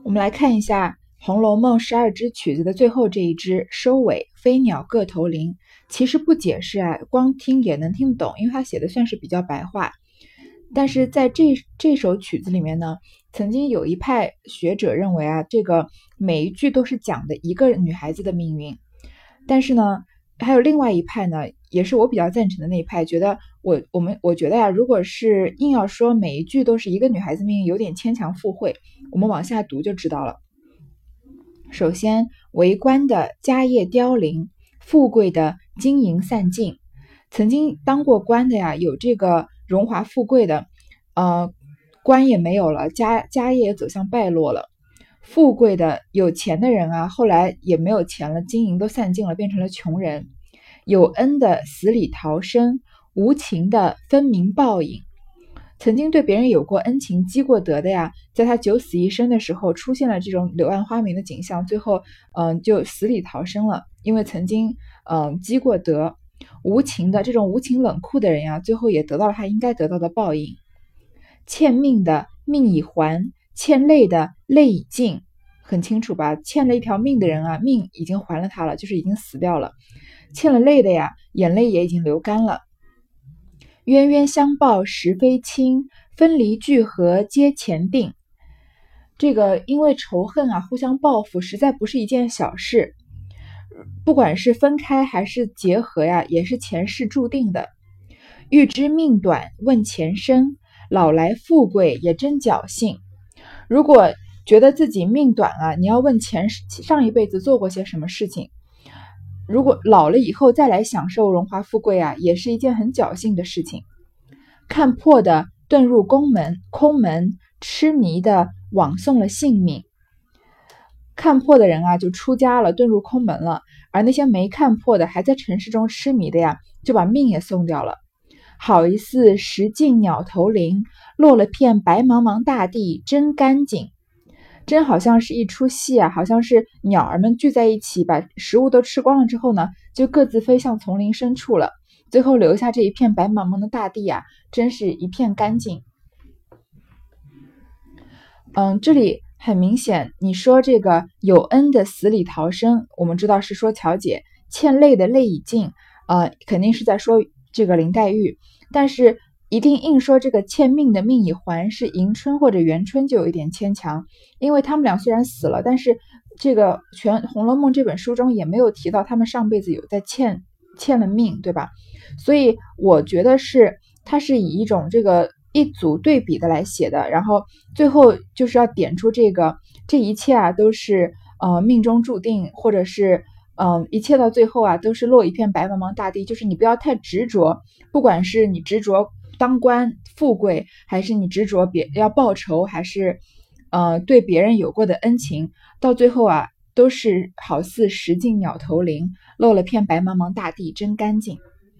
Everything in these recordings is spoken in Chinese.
我们来看一下《红楼梦》12支曲子的最后这一支收尾，飞鸟各投林。其实不解释光听也能听懂，因为它写的算是比较白话。但是在这首曲子里面呢，曾经有一派学者认为这个每一句都是讲的一个女孩子的命运。但是呢，还有另外一派呢，也是我比较赞成的那一派，觉得我觉得如果是硬要说每一句都是一个女孩子命运，有点牵强附会。我们往下读就知道了。首先，为官的家业凋零，富贵的金银散尽。曾经当过官的有这个荣华富贵的，官也没有了，家业也走向败落了。富贵的有钱的人后来也没有钱了，金银都散尽了，变成了穷人。有恩的死里逃生，无情的分明报应。曾经对别人有过恩情积过德的在他九死一生的时候出现了这种柳暗花明的景象，最后就死里逃生了，因为曾经积过德。无情的这种无情冷酷的人最后也得到了他应该得到的报应。欠命的命已还，欠泪的泪已尽。很清楚吧？欠了一条命的人命已经还了他了，就是已经死掉了。欠了泪的眼泪也已经流干了。冤冤相报实非亲，分离聚合皆前定。这个因为仇恨互相报复实在不是一件小事，不管是分开还是结合也是前世注定的。欲知命短问前生，老来富贵也真侥幸。如果觉得自己命短你要问上一辈子做过些什么事情。如果老了以后再来享受荣华富贵也是一件很侥幸的事情。看破的遁入空门，痴迷的枉送了性命。看破的人就出家了，遁入空门了，而那些没看破的还在尘世中痴迷的就把命也送掉了。好一似石径鸟投林，落了片白茫茫大地真干净。真好像是一出戏好像是鸟儿们聚在一起，把食物都吃光了之后呢，就各自飞向丛林深处了，最后留下这一片白茫茫的大地真是一片干净。这里很明显，你说这个有恩的死里逃生，我们知道是说乔姐，欠泪的泪已尽，肯定是在说这个林黛玉，但是一定硬说这个欠命的命已还是迎春或者元春就有一点牵强，因为他们俩虽然死了，但是这个《红楼梦》这本书中也没有提到他们上辈子有在欠了命，对吧？所以我觉得它是以一种这个一组对比的来写的，然后最后就是要点出这一切都是命中注定，或者是一切到最后都是落一片白茫茫大地，就是你不要太执着，不管是你执着当官富贵，还是你执着要报仇，还是对别人有过的恩情，到最后都是好似石径鸟投林，落了片白茫茫大地真干净。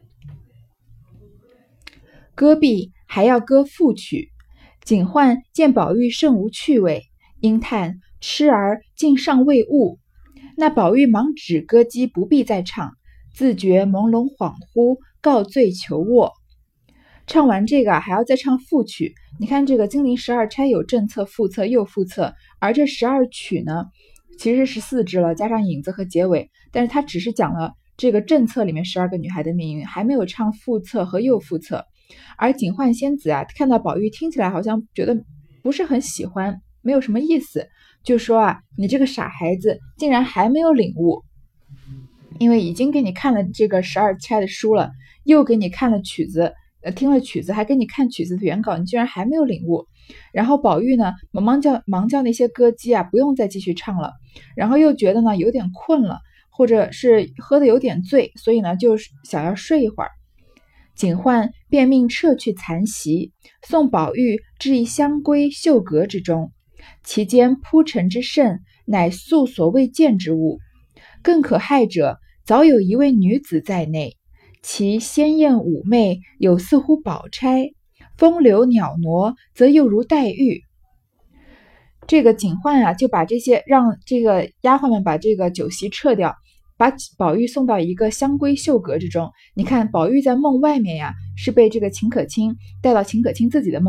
歌毕还要歌副曲，警幻见宝玉甚无趣味，应叹痴儿竟尚未悟。那宝玉忙止歌姬不必再唱，自觉朦胧恍惚，告罪求卧。唱完这个还要再唱副曲，你看这个金陵12钗有正册、副册、右副册，而这12曲呢其实是14支了，加上引子和结尾，但是它只是讲了这个正册里面12个女孩的命运，还没有唱副册和右副册。而警幻仙子看到宝玉听起来好像觉得不是很喜欢，没有什么意思，就说你这个傻孩子竟然还没有领悟，因为已经给你看了这个12钗的书了，又给你看了曲子，听了曲子，还给你看曲子的原稿，你居然还没有领悟。然后宝玉呢忙叫那些歌姬不用再继续唱了，然后又觉得呢有点困了，或者是喝得有点醉，所以呢就想要睡一会儿。警幻便命撤去残席，送宝玉至一香闺绣阁之中，其间铺陈之甚，乃素所未见之物。更可骇者，早有一位女子在内，其鲜艳妩媚，有似乎宝钗，风流袅娜，则又如黛玉。这个警幻就把这些让这个丫鬟们把这个酒席撤掉，把宝玉送到一个香闺绣阁之中。你看宝玉在梦外面是被这个秦可卿带到秦可卿自己的梦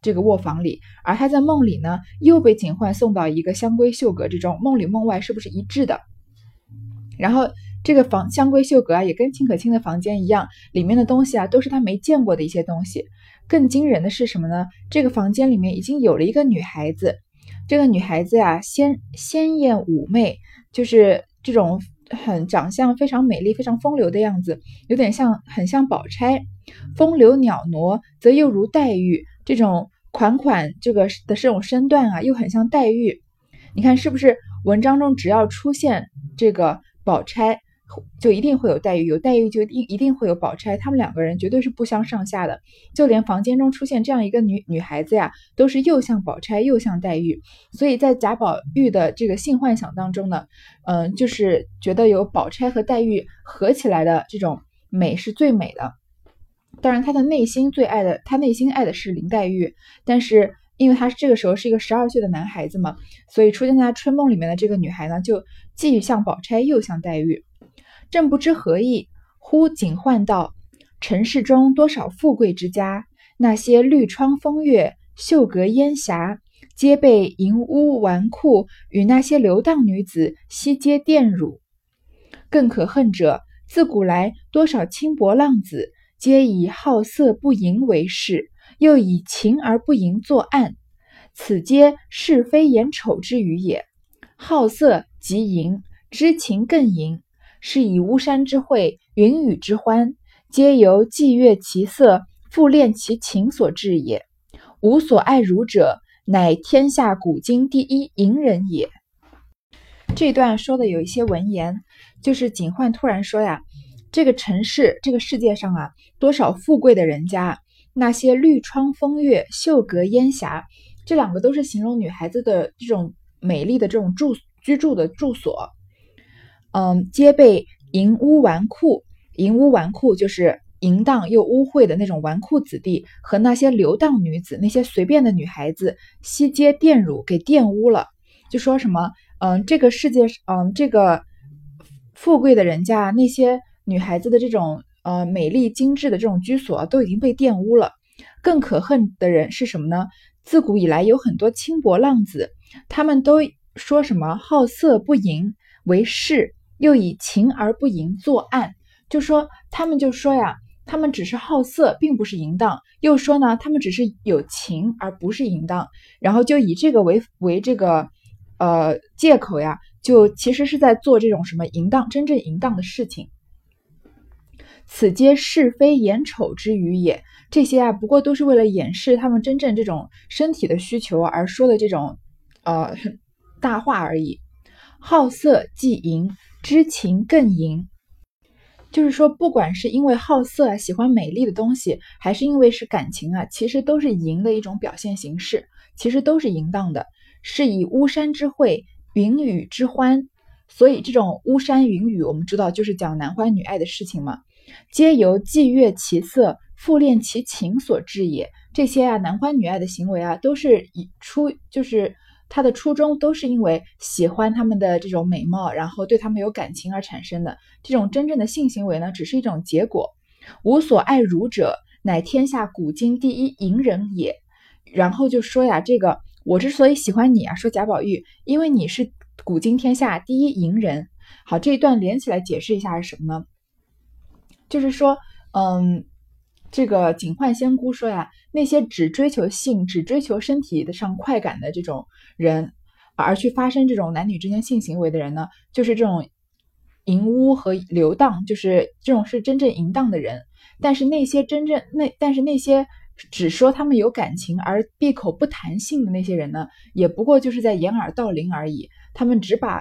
这个卧房里，而他在梦里呢又被警幻送到一个香闺秀阁之中，梦里梦外是不是一致的？然后这个香闺秀阁啊，也跟秦可卿的房间一样，里面的东西啊都是他没见过的一些东西。更惊人的是什么呢？这个房间里面已经有了一个女孩子，这个女孩子呀，鲜艳妩媚，就是这种长相非常美丽、非常风流的样子，有点很像宝钗。风流袅娜，则又如黛玉，这种款这个的这种身段啊，又很像黛玉。你看是不是？文章中只要出现这个宝钗，就一定会有黛玉，有黛玉就一定会有宝钗，他们两个人绝对是不相上下的。就连房间中出现这样一个女孩子呀，都是又像宝钗又像黛玉。所以在贾宝玉的这个性幻想当中呢，就是觉得有宝钗和黛玉合起来的这种美是最美的。当然他内心爱的是林黛玉，但是因为他这个时候是一个12岁的男孩子嘛，所以出现在春梦里面的这个女孩呢，就既像宝钗又像黛玉。正不知何意，忽警幻道：尘世中多少富贵之家，那些绿窗风月、秀阁烟霞，皆被淫污纨绔与那些流荡女子悉皆玷辱。更可恨者，自古来多少轻薄浪子，皆以好色不淫为事，又以情而不淫作案，此皆是非眼丑之语也。好色即淫，知情更淫，是以巫山之会，云雨之欢，皆由伎乐其色，复恋其情所致也。吾所爱儒者，乃天下古今第一淫人也。这段说的有一些文言，就是警幻突然说呀，这个城市，这个世界上啊，多少富贵的人家，那些绿窗风月、秀阁烟霞，这两个都是形容女孩子的这种美丽的这种居住的住所。皆被淫污纨绔，淫污纨绔就是淫荡又污秽的那种纨绔子弟和那些流荡女子，那些随便的女孩子，悉皆玷辱，给玷污了。就说什么，这个世界，这个富贵的人家，那些女孩子的这种美丽精致的这种居所都已经被玷污了。更可恨的人是什么呢？自古以来有很多轻薄浪子，他们都说什么好色不淫为事，又以情而不淫作案，他们就说呀，他们只是好色，并不是淫荡，又说呢，他们只是有情而不是淫荡，然后就以这个为这个借口呀，就其实是在做这种什么真正淫荡的事情。此皆是非眼丑之语也。这些啊，不过都是为了掩饰他们真正这种身体的需求而说的这种大话而已。好色即淫，知情更淫。就是说，不管是因为好色啊，喜欢美丽的东西，还是因为是感情啊，其实都是淫的一种表现形式，其实都是淫荡的，是以巫山之会，云雨之欢。所以这种巫山云雨，我们知道就是讲男欢女爱的事情嘛，皆由伎乐其色，复恋其情所致也。这些啊男欢女爱的行为啊，都是就是他的初衷都是因为喜欢他们的这种美貌，然后对他们有感情而产生的。这种真正的性行为呢，只是一种结果。吾所爱儒者，乃天下古今第一淫人也。然后就说呀，这个我之所以喜欢你啊，说贾宝玉，因为你是古今天下第一淫人。好，这一段连起来解释一下是什么呢？就是说，这个警幻仙姑说呀，那些只追求性、只追求身体上快感的这种人，而去发生这种男女之间性行为的人呢，就是这种淫污和流荡，就是这种是真正淫荡的人。但是那些只说他们有感情而闭口不谈性的那些人呢，也不过就是在掩耳盗铃而已。他们只把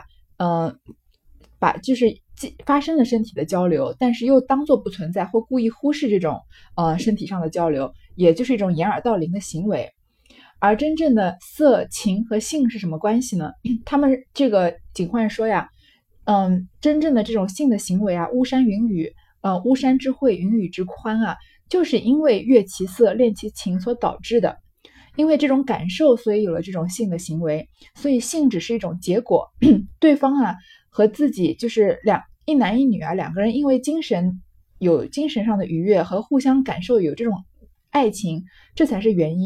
就是发生了身体的交流，但是又当作不存在或故意忽视这种身体上的交流，也就是一种掩耳盗铃的行为。而真正的色情和性是什么关系呢？他们这个警幻说呀，真正的这种性的行为啊，巫山之会，云雨之欢啊，就是因为悦其色，恋其情所导致的。因为这种感受，所以有了这种性的行为，所以性只是一种结果。对方啊和自己就是一男一女啊，两个人因为有精神上的愉悦和互相感受有这种爱情，这才是原因。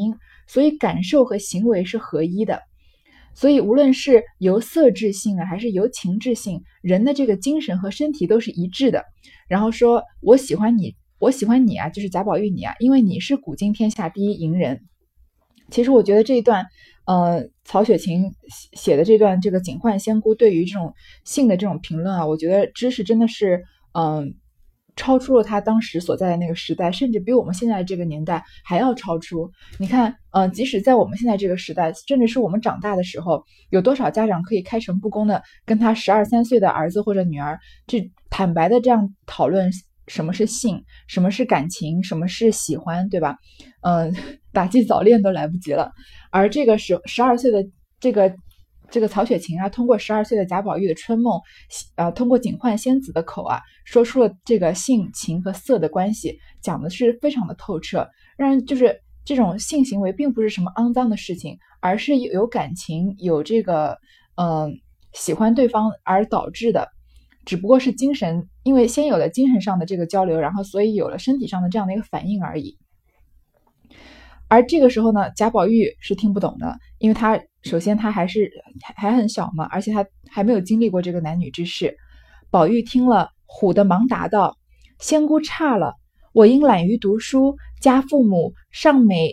所以感受和行为是合一的。所以无论是由色致性啊，还是由情致性，人的这个精神和身体都是一致的。然后说我喜欢你啊，就是贾宝玉你啊，因为你是古今天下第一淫人。其实我觉得这一段曹雪芹写的这段这个警幻仙姑对于这种性的这种评论啊，我觉得知识真的是超出了他当时所在的那个时代，甚至比我们现在这个年代还要超出。你看即使在我们现在这个时代，甚至是我们长大的时候，有多少家长可以开诚布公的跟他12、13岁的儿子或者女儿去坦白的这样讨论什么是性，什么是感情，什么是喜欢，对吧？打击早恋都来不及了。而这个12岁的这个曹雪芹啊，通过12岁的贾宝玉的春梦，通过警幻仙子的口啊，说出了这个性情和色的关系，讲的是非常的透彻，让人就是这种性行为并不是什么肮脏的事情，而是有感情，有这个喜欢对方而导致的，只不过是精神，因为先有了精神上的这个交流，然后所以有了身体上的这样的一个反应而已。而这个时候呢，贾宝玉是听不懂的，因为他首先他还很小嘛，而且他还没有经历过这个男女之事。宝玉听了，唬得忙答道：“仙姑差了，我因懒于读书，家父母尚美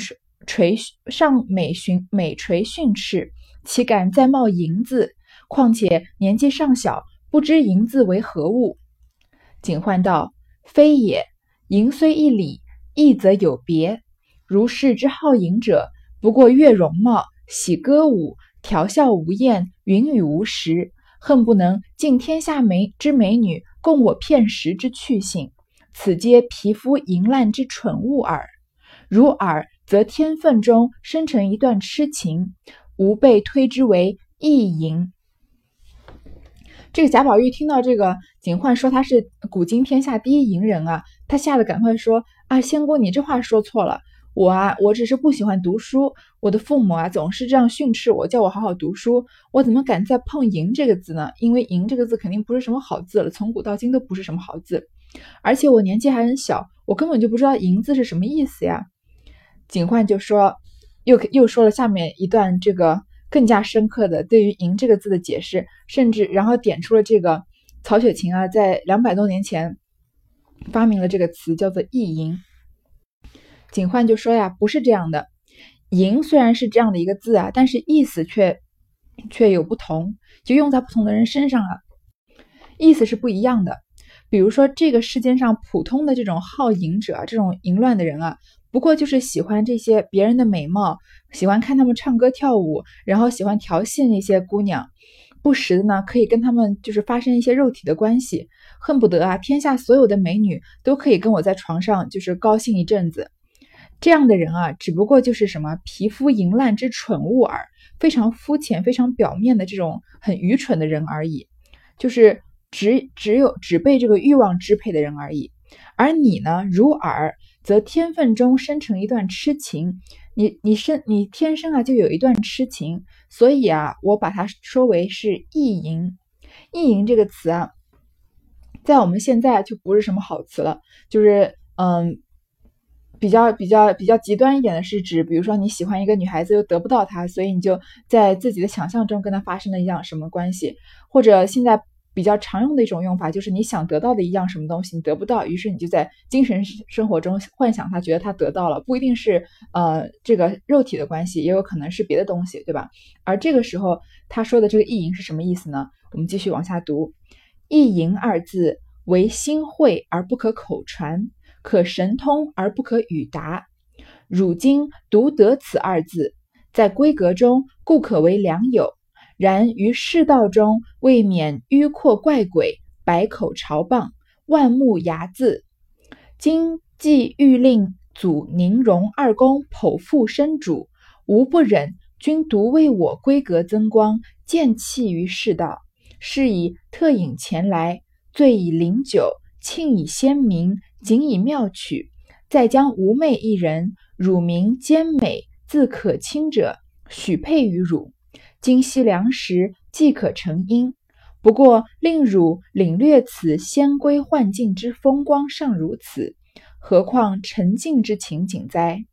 垂训斥，岂敢再冒淫字？况且年纪尚小，不知淫字为何物。”警幻道：“非也，淫虽一理，义则有别。如是之好淫者，不过悦容貌，喜歌舞，调笑无厌，云雨无时，恨不能尽天下美女，供我片时之趣性。此皆皮肤淫烂之蠢物耳。如耳，则天分中生成一段痴情，吾辈推之为意淫。”这个贾宝玉听到这个警幻说他是古今天下第一淫人啊，他吓得赶快说：“啊，仙姑你这话说错了。我只是不喜欢读书，我的父母啊总是这样训斥我，叫我好好读书，我怎么敢再碰淫这个字呢？因为淫这个字肯定不是什么好字了，从古到今都不是什么好字，而且我年纪还很小，我根本就不知道淫字是什么意思呀。”警幻就说又说了下面一段这个更加深刻的对于淫这个字的解释，甚至然后点出了这个曹雪芹啊在200多年前发明了这个词叫做意淫。警幻就说呀，不是这样的，淫虽然是这样的一个字啊，但是意思却有不同，就用在不同的人身上啊，意思是不一样的。比如说这个世间上普通的这种好淫者，这种淫乱的人啊，不过就是喜欢这些别人的美貌，喜欢看他们唱歌跳舞，然后喜欢调戏那些姑娘，不时的呢可以跟他们就是发生一些肉体的关系，恨不得啊天下所有的美女都可以跟我在床上就是高兴一阵子。这样的人啊，只不过就是什么皮肤淫烂之蠢物耳，非常肤浅、非常表面的这种很愚蠢的人而已，就是只被这个欲望支配的人而已。而你呢，如耳，则天分中生成一段痴情，你天生啊就有一段痴情，所以啊，我把它说为是意淫。意淫这个词啊，在我们现在就不是什么好词了，就是比较极端一点的是指，比如说你喜欢一个女孩子又得不到她，所以你就在自己的想象中跟她发生了一样什么关系，或者现在比较常用的一种用法就是你想得到的一样什么东西你得不到，于是你就在精神生活中幻想他，觉得他得到了，不一定是这个肉体的关系，也有可能是别的东西，对吧？而这个时候他说的这个意淫是什么意思呢？我们继续往下读，意淫二字为心会而不可口传，可神通而不可语达。汝今独得此二字，在闺阁中固可为良友，然于世道中未免迂阔怪诡，百口嘲谤，万目睚眦。今既欲令祖宁荣二公剖腹生主，吾不忍君独为我闺阁增光，见弃于世道，是以特引前来，醉以灵酒，庆以仙名，景以妙曲，再将吾妹一人，汝名兼美，自可亲者，许配于汝。今夕良时，即可成姻。不过令汝领略此仙闺幻境之风光尚如此，何况沉静之情景哉？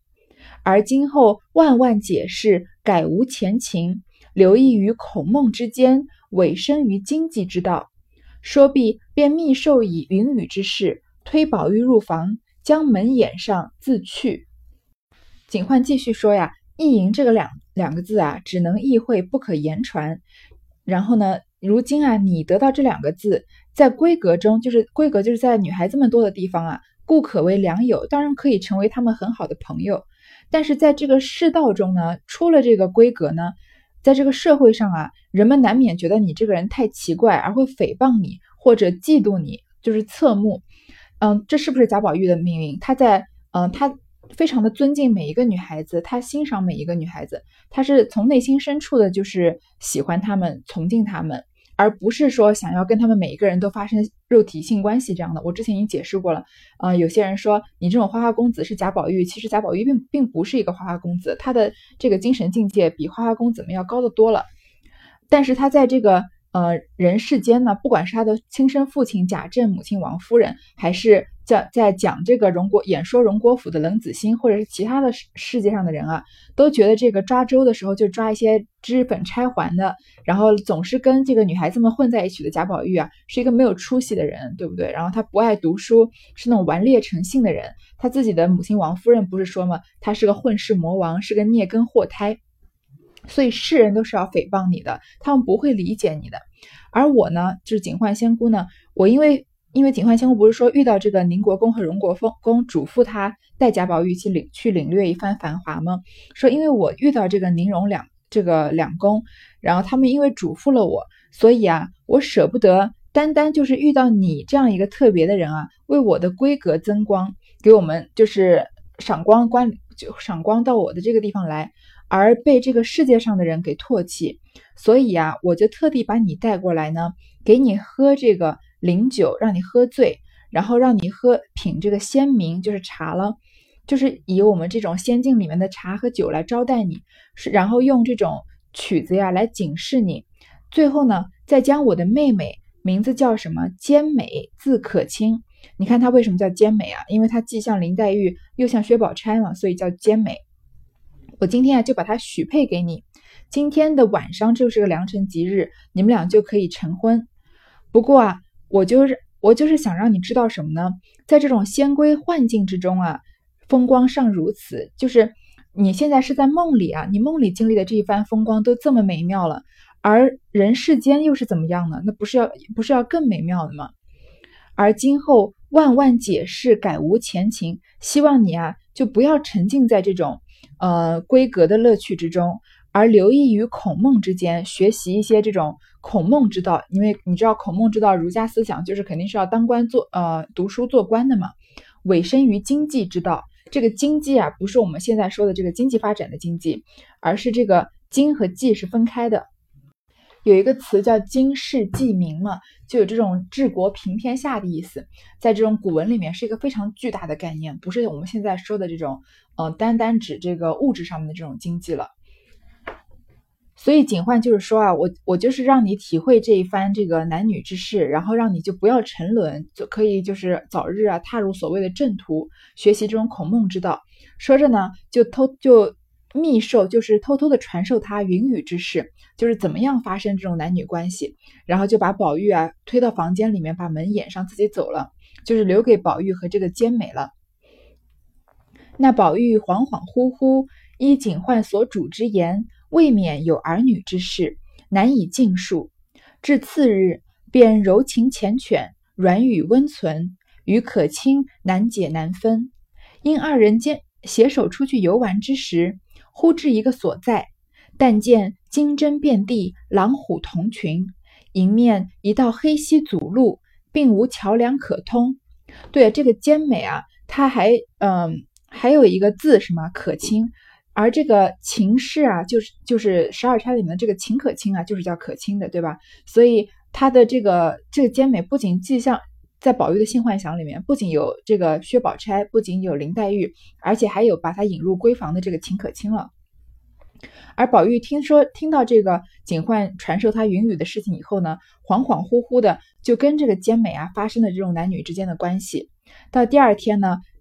而今后万万解释，改无前情，留意于孔孟之间，委身于经济之道。说毕，便密授以云雨之事，推宝玉入房，将门掩上，自去。警幻继续说呀，意淫这个两个字啊，只能意会，不可言传。然后呢，如今啊，你得到这两个字，在闺阁中，闺阁就是在女孩子们多的地方啊，故可为良友，当然可以成为他们很好的朋友。但是在这个世道中呢，出了这个闺阁呢，在这个社会上啊，人们难免觉得你这个人太奇怪，而会诽谤你或者嫉妒你，就是侧目。这是不是贾宝玉的命运？他非常的尊敬每一个女孩子，他欣赏每一个女孩子，他是从内心深处的就是喜欢她们，崇敬她们，而不是说想要跟他们每一个人都发生肉体性关系这样的。我之前已经解释过了，有些人说你这种花花公子是贾宝玉，其实贾宝玉并不是一个花花公子，他的这个精神境界比花花公子们要高得多了。但是他在这个人世间呢，不管是他的亲生父亲贾政、母亲王夫人，还是在讲这个演说荣国府的冷子兴，或者是其他的世界上的人啊，都觉得这个抓周的时候就抓一些脂粉钗环的，然后总是跟这个女孩子们混在一起的贾宝玉啊，是一个没有出息的人，对不对？然后他不爱读书，是那种顽劣成性的人。他自己的母亲王夫人不是说吗？他是个混世魔王，是个孽根祸胎。所以世人都是要诽谤你的，他们不会理解你的。而我呢，就是警幻仙姑呢，我因为警幻仙姑不是说遇到这个宁国公和荣国公嘱咐他带贾宝玉去领略一番繁华吗？说因为我遇到这个宁荣两公，然后他们因为嘱咐了我，所以啊，我舍不得单单就是遇到你这样一个特别的人啊，为我的闺阁增光，给我们就是赏光到我的这个地方来，而被这个世界上的人给唾弃。所以啊，我就特地把你带过来呢，给你喝这个灵酒，让你喝醉，然后让你品这个仙茗，就是茶了，就是以我们这种仙境里面的茶和酒来招待你，然后用这种曲子呀来警示你。最后呢，再将我的妹妹名字叫什么兼美，字可卿。你看她为什么叫兼美啊？因为她既像林黛玉又像薛宝钗嘛，所以叫兼美。我今天啊就把她许配给你，今天的晚上就是个良辰吉日，你们俩就可以成婚。不过啊，我就是想让你知道什么呢？在这种仙闺幻境之中啊，风光尚如此，就是你现在是在梦里啊，你梦里经历的这一番风光都这么美妙了，而人世间又是怎么样呢？那不是要更美妙的吗？而今后万万解释，改无前情，希望你啊就不要沉浸在这种闺阁的乐趣之中，而留意于孔孟之间，学习一些这种孔孟之道。因为你知道孔孟之道，儒家思想就是肯定是要当官读书做官的嘛。委身于经济之道，这个经济啊，不是我们现在说的这个经济发展的经济，而是这个经和济是分开的。有一个词叫经世济民嘛，就有这种治国平天下的意思，在这种古文里面是一个非常巨大的概念，不是我们现在说的这种单指这个物质上面的这种经济了。所以警幻就是说啊，我就是让你体会这一番这个男女之事，然后让你就不要沉沦，就可以就是早日啊踏入所谓的正途，学习这种孔孟之道。说着呢，就密授，就是偷偷的传授他云雨之事，就是怎么样发生这种男女关系，然后就把宝玉啊推到房间里面，把门掩上，自己走了，就是留给宝玉和这个兼美了。那宝玉恍恍惚惚，依警幻所主之言，未免有儿女之事，难以尽述。至次日，便柔情缱绻，软语温存，与可卿难解难分。因二人间携手出去游玩之时，忽至一个所在，但见金针遍地，狼虎同群，迎面一道黑溪阻路，并无桥梁可通。对，这个兼美啊，它还有一个字什么可卿，而这个秦氏啊，就是十二钗里面的这个秦可卿啊，就是叫可卿的，对吧？所以他的这个兼美不仅既像在宝玉的性幻想里面，不仅有这个薛宝钗，不仅有林黛玉，而且还有把他引入闺房的这个秦可卿了。而宝玉听到这个警幻传授他云雨的事情以后呢，恍恍惚惚的就跟这个兼美啊发生了这种男女之间的关系。到第二天呢，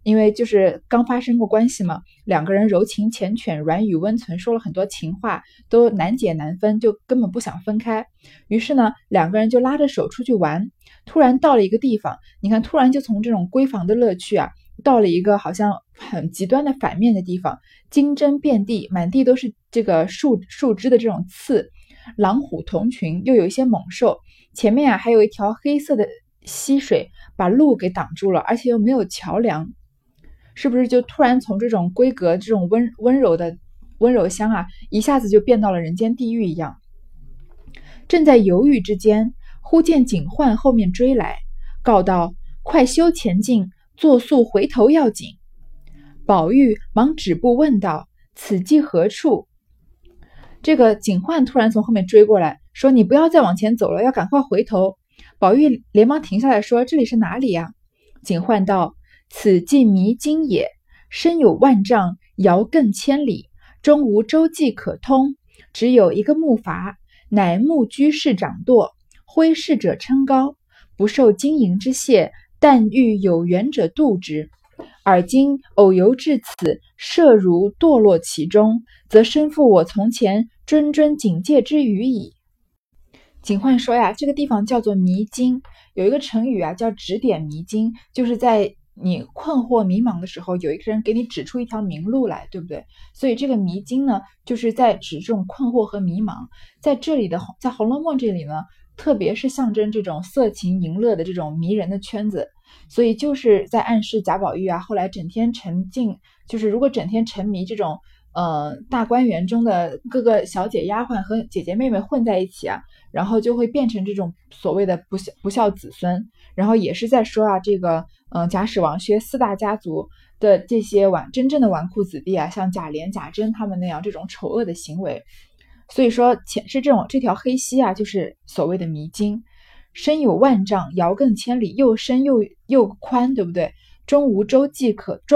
因为就是刚发生过关系嘛，两个人柔情缱绻，软语温存，说了很多情话，都难解难分，就根本不想分开。于是呢，两个人就拉着手出去玩。突然到了一个地方，你看，突然就从这种闺房的乐趣啊，到了一个好像很极端的反面的地方，金针遍地，满地都是这个树枝的这种刺，狼虎同群，又有一些猛兽。前面啊还有一条黑色的溪水把路给挡住了，而且又没有桥梁，是不是就突然从这种闺阁这种温柔乡啊，一下子就变到了人间地狱一样？正在犹豫之间，忽见警幻后面追来，告道：“快休前进，作速回头要紧。”宝玉忙止步问道：“此即何处？”这个警幻突然从后面追过来，说：“你不要再往前走了，要赶快回头。”宝玉连忙停下来说：“这里是哪里呀？”警幻道：“此即迷津也，深有万丈，遥亘千里，中无舟楫可通，只有一个木筏，乃木居士掌舵，挥事者撑高，不受经营之谢，但欲有缘者渡之。而今偶游至此，设如堕落其中，则身负我从前谆谆警戒之语矣。”警幻说呀，这个地方叫做迷津，有一个成语啊叫指点迷津，就是在你困惑迷茫的时候，有一个人给你指出一条明路来，对不对？所以这个迷津呢，就是在指这种困惑和迷茫。在这里的，在《红楼梦》这里呢，特别是象征这种色情淫乐的这种迷人的圈子，所以就是在暗示贾宝玉啊，后来整天沉浸，就是如果整天沉迷这种大观园中的各个小姐丫鬟和姐姐妹妹混在一起啊，然后就会变成这种所谓的不孝子孙。然后也是在说啊，这个贾史王薛四大家族的这些真正的纨绔子弟啊，像贾琏、贾珍他们那样这种丑恶的行为。所以说显示这条黑溪啊，就是所谓的迷津，深有万丈，遥亘千里，又深又宽，对不对？中无舟楫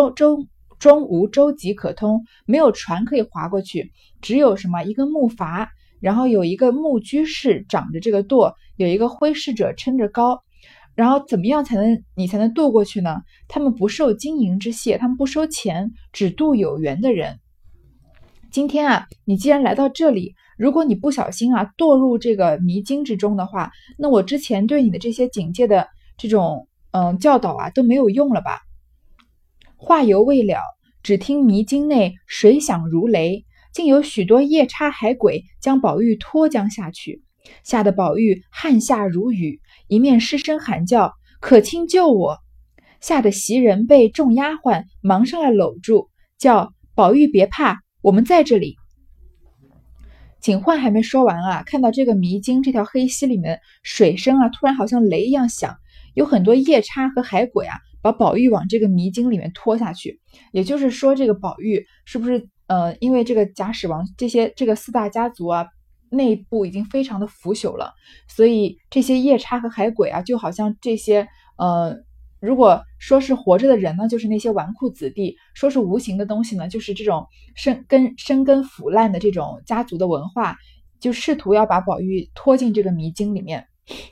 可通，没有船可以划过去，只有什么一个木筏，然后有一个木居士掌着这个舵，有一个挥事者撑着篙。然后怎么样你才能渡过去呢？他们不受经营之谢，他们不收钱，只渡有缘的人。今天啊，你既然来到这里，如果你不小心啊堕入这个迷津之中的话，那我之前对你的这些警戒的这种教导啊都没有用了吧？话犹未了，只听迷津内水响如雷，竟有许多夜叉海鬼将宝玉拖将下去，吓得宝玉汗下如雨，一面失声喊叫：“可卿救我！”吓得袭人被众丫鬟忙上来搂住，叫宝玉别怕，我们在这里。警幻还没说完啊，看到这个迷津这条黑溪里面水声啊，突然好像雷一样响，有很多夜叉和海鬼啊，把宝玉往这个迷津里面拖下去。也就是说，这个宝玉是不是因为这个贾史王这个四大家族啊，内部已经非常的腐朽了，所以这些夜叉和海鬼啊，就好像这些如果说是活着的人呢，就是那些纨绔子弟；说是无形的东西呢，就是这种生根腐烂的这种家族的文化，就试图要把宝玉拖进这个迷津里面。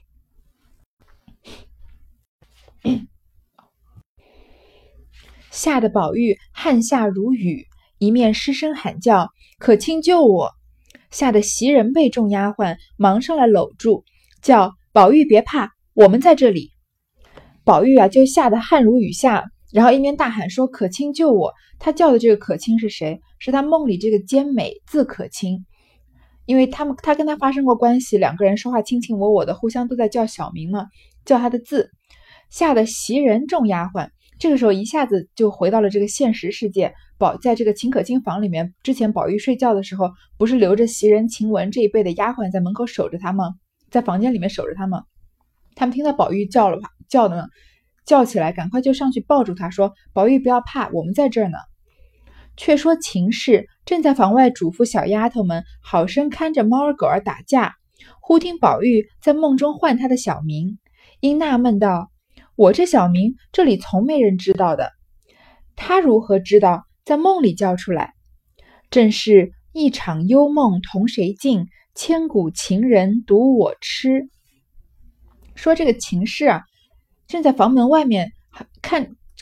吓得宝玉汗下如雨，一面失声喊叫：“可卿救我！”吓得袭人被众丫鬟忙上来搂住，叫宝玉别怕，我们在这里。宝玉啊，就吓得汗如雨下，然后一面大喊说：“可卿救我！”他叫的这个可卿是谁？是他梦里这个奸美字可卿，因为他跟他发生过关系，两个人说话卿卿我我的，互相都在叫小名嘛，叫他的字，吓得袭人众丫鬟这个时候一下子就回到了这个现实世界。在这个秦可卿房里面，之前宝玉睡觉的时候，不是留着袭人、晴雯这一辈的丫鬟在门口守着他吗？在房间里面守着他吗？他们听到宝玉叫起来，赶快就上去抱住他，说：“宝玉不要怕，我们在这儿呢。”却说秦氏正在房外嘱咐小丫头们好生看着猫儿狗儿打架，忽听宝玉在梦中唤他的小名，因纳闷道：“我这小名这里从没人知道的，他如何知道在梦里叫出来？正是一场幽梦同谁尽，千古情人独我痴。”说这个秦氏啊，正在房门外面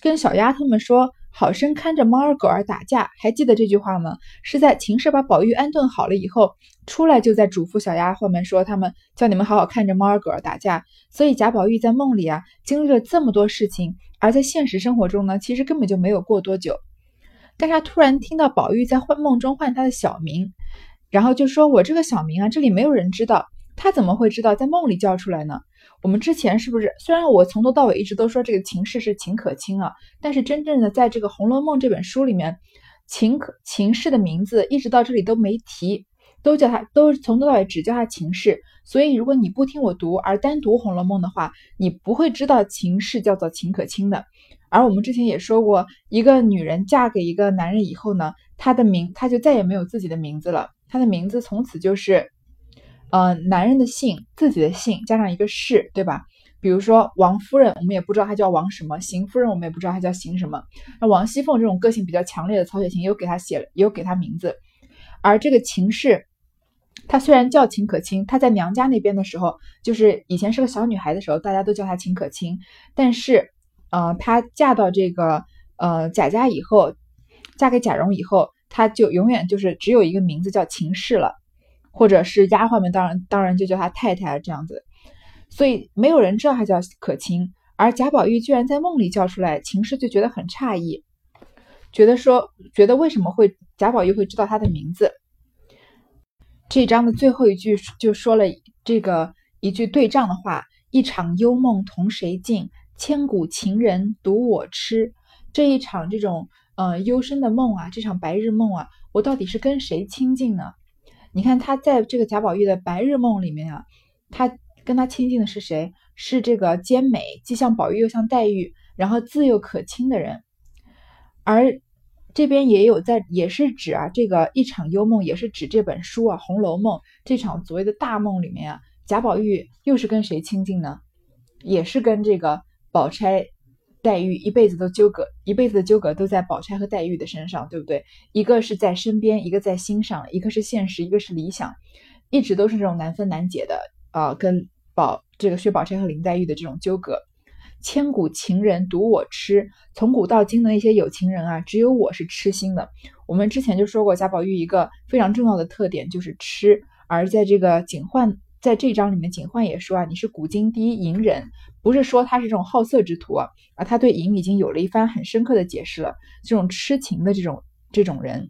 跟小丫头们说好生看着猫儿狗儿打架，还记得这句话吗？是在秦氏把宝玉安顿好了以后出来，就在嘱咐小丫鬟们说他们叫你们好好看着猫儿狗儿打架。所以贾宝玉在梦里经历了这么多事情，而在现实生活中呢，其实根本就没有过多久。但是他突然听到宝玉在梦中唤他的小名，然后就说我这个小名这里没有人知道，他怎么会知道，在梦里叫出来呢？我们之前是不是，虽然我从头到尾一直都说这个秦氏是秦可卿但是真正的在这个《红楼梦》这本书里面，秦氏的名字一直到这里都没提，都从头到尾只叫他秦氏。所以如果你不听我读而单读《红楼梦》的话，你不会知道秦氏叫做秦可卿的。而我们之前也说过，一个女人嫁给一个男人以后呢，她就再也没有自己的名字了，她的名字从此就是男人的姓，自己的姓加上一个氏，对吧？比如说王夫人，我们也不知道她叫王什么；邢夫人，我们也不知道她叫邢什么。那王熙凤这种个性比较强烈的曹雪芹也有给她名字。而这个秦氏，她虽然叫秦可卿，她在娘家那边的时候，就是以前是个小女孩的时候，大家都叫她秦可卿。但是她嫁到这个贾家以后，嫁给贾蓉以后，她就永远就是只有一个名字叫秦氏了。或者是丫鬟们当然就叫她太太这样子，所以没有人知道她叫可卿。而贾宝玉居然在梦里叫出来，秦氏就觉得很诧异，觉得为什么贾宝玉会知道她的名字。这一章的最后一句就说了这个一句对仗的话：一场幽梦同谁尽，千古情人独我痴。这一场这种幽深的梦这场白日梦我到底是跟谁亲近呢？你看他在这个贾宝玉的白日梦里面他跟他亲近的是谁？是这个兼美，既像宝玉又像黛玉，然后自又可亲的人。而这边也是指这个一场幽梦，也是指这本书《红楼梦》这场所谓的大梦里面贾宝玉又是跟谁亲近呢？也是跟这个宝钗黛玉一辈子的纠葛都在宝钗和黛玉的身上，对不对？一个是在身边，一个在心上，一个是现实，一个是理想，一直都是这种难分难解的跟这个薛宝钗和林黛玉的这种纠葛。千古情人独我痴，从古到今的那些有情人只有我是痴心的。我们之前就说过贾宝玉一个非常重要的特点就是痴，而在这个在这章里面警幻也说你是古今第一淫人，不是说他是这种好色之徒而他对淫已经有了一番很深刻的解释了，这种痴情的这种人。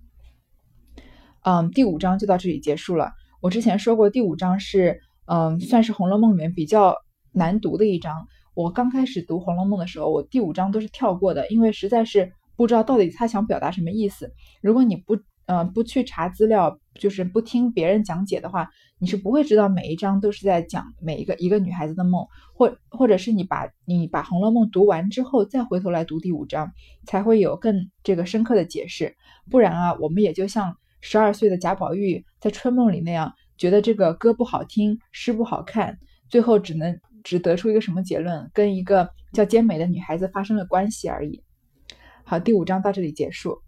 第5章就到这里结束了。我之前说过第5章是算是《红楼梦》里面比较难读的一章。我刚开始读《红楼梦》的时候，我第5章都是跳过的，因为实在是不知道到底他想表达什么意思。如果你不去查资料，就是不听别人讲解的话，你是不会知道每一章都是在讲每一个女孩子的梦，或者是你把《红楼梦》读完之后再回头来读第5章，才会有更这个深刻的解释。不然我们也就像12岁的贾宝玉在春梦里那样，觉得这个歌不好听，诗不好看，最后只得出一个什么结论，跟一个叫兼美的女孩子发生了关系而已。好，第5章到这里结束。